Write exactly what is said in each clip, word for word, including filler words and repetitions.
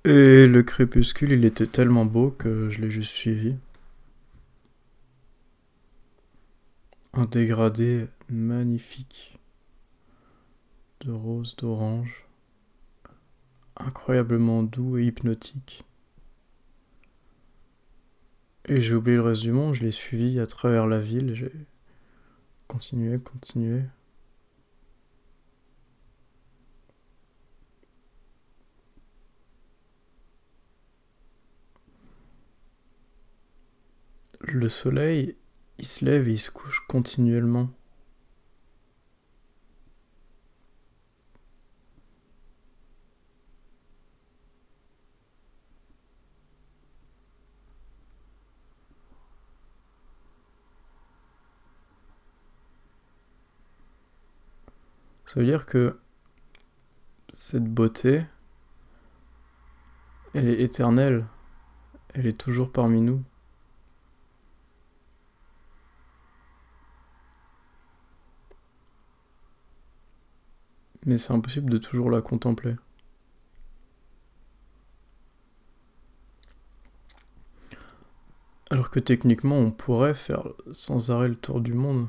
Et le crépuscule, il était tellement beau que je l'ai juste suivi. Un dégradé magnifique de rose, d'orange, incroyablement doux et hypnotique. Et j'ai oublié le reste du monde, je l'ai suivi à travers la ville, j'ai continué, continué. Le soleil, il se lève et il se couche continuellement. Ça veut dire que cette beauté, elle est éternelle, elle est toujours parmi nous. Mais c'est impossible de toujours la contempler. Alors que techniquement, on pourrait faire sans arrêt le tour du monde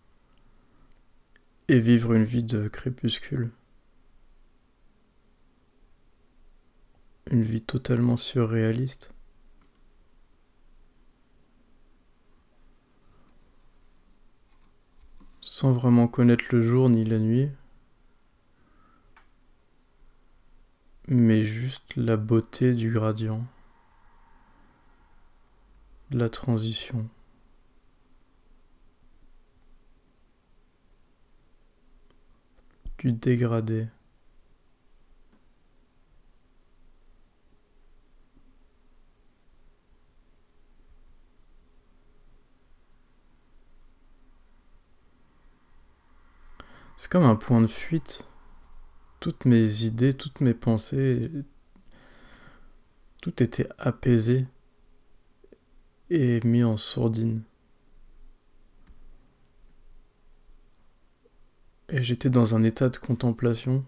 et vivre une vie de crépuscule. Une vie totalement surréaliste. Sans vraiment connaître le jour ni la nuit, mais juste la beauté du gradient, de la transition, du dégradé. C'est comme un point de fuite. Toutes mes idées, toutes mes pensées, tout était apaisé et mis en sourdine. Et j'étais dans un état de contemplation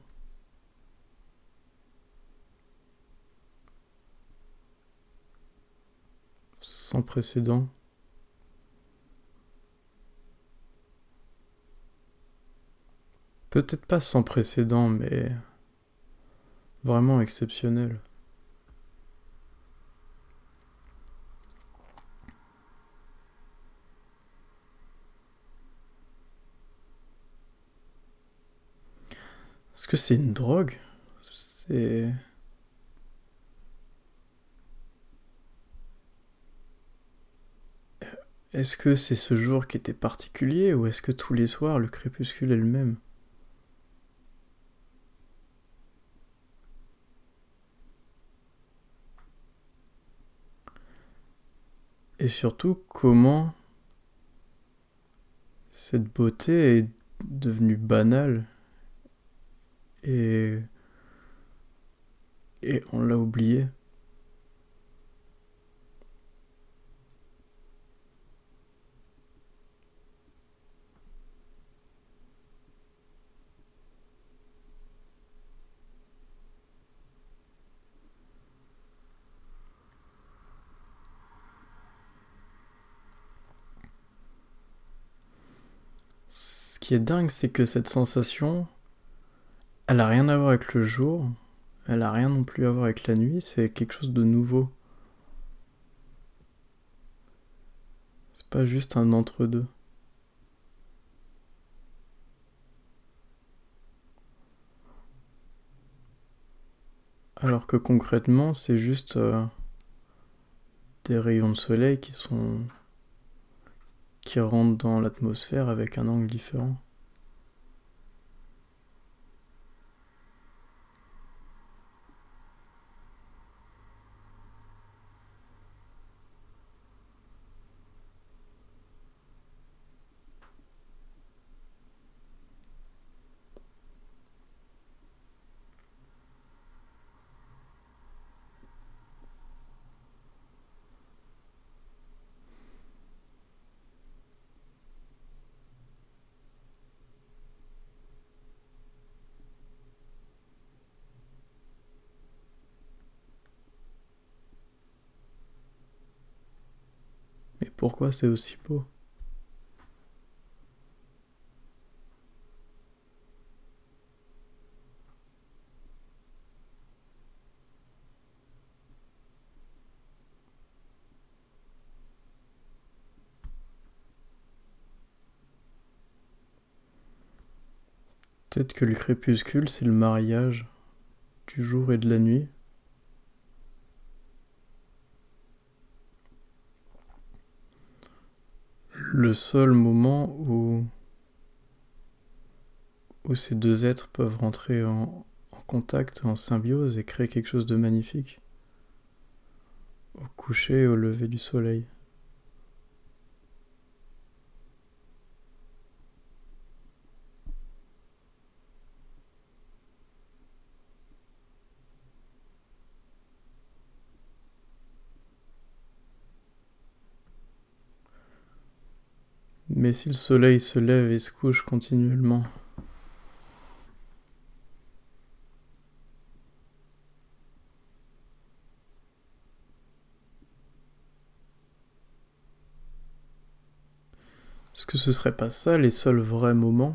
sans précédent. Peut-être pas sans précédent, mais vraiment exceptionnel. Est-ce que c'est une drogue? C'est... Est-ce que c'est ce jour qui était particulier ou est-ce que tous les soirs le crépuscule est le même? Et surtout, comment cette beauté est devenue banale et, et on l'a oubliée. Ce qui est dingue, c'est que cette sensation, elle a rien à voir avec le jour, elle a rien non plus à voir avec la nuit, c'est quelque chose de nouveau. C'est pas juste un entre-deux. Alors que concrètement, c'est juste euh, des rayons de soleil qui sont qui rentrent dans l'atmosphère avec un angle différent. pourquoi c'est aussi beau. Peut-être que le crépuscule, c'est le mariage du jour et de la nuit. Le seul moment où, où ces deux êtres peuvent rentrer en, en contact, en symbiose et créer quelque chose de magnifique. Au coucher et au lever du soleil. Mais si le soleil se lève et se couche continuellement, est-ce que ce serait pas ça les seuls vrais moments?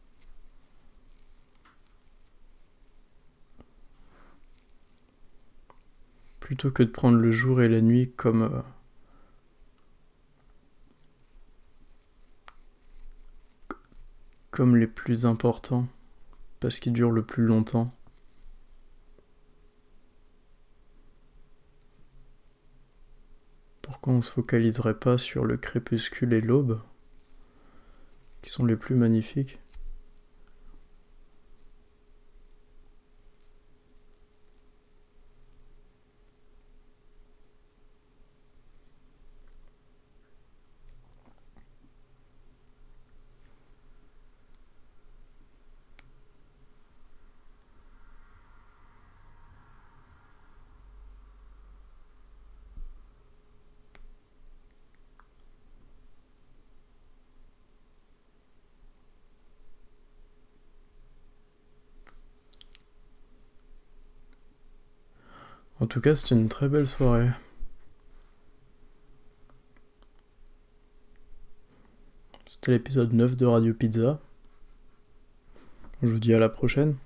Plutôt que de prendre le jour et la nuit comme euh, comme les plus importants, parce qu'ils durent le plus longtemps. Pourquoi on se focaliserait pas sur le crépuscule et l'aube, qui sont les plus magnifiques? En tout cas, c'était une très belle soirée. C'était l'épisode neuf de Radio Pizza. Je vous dis à la prochaine.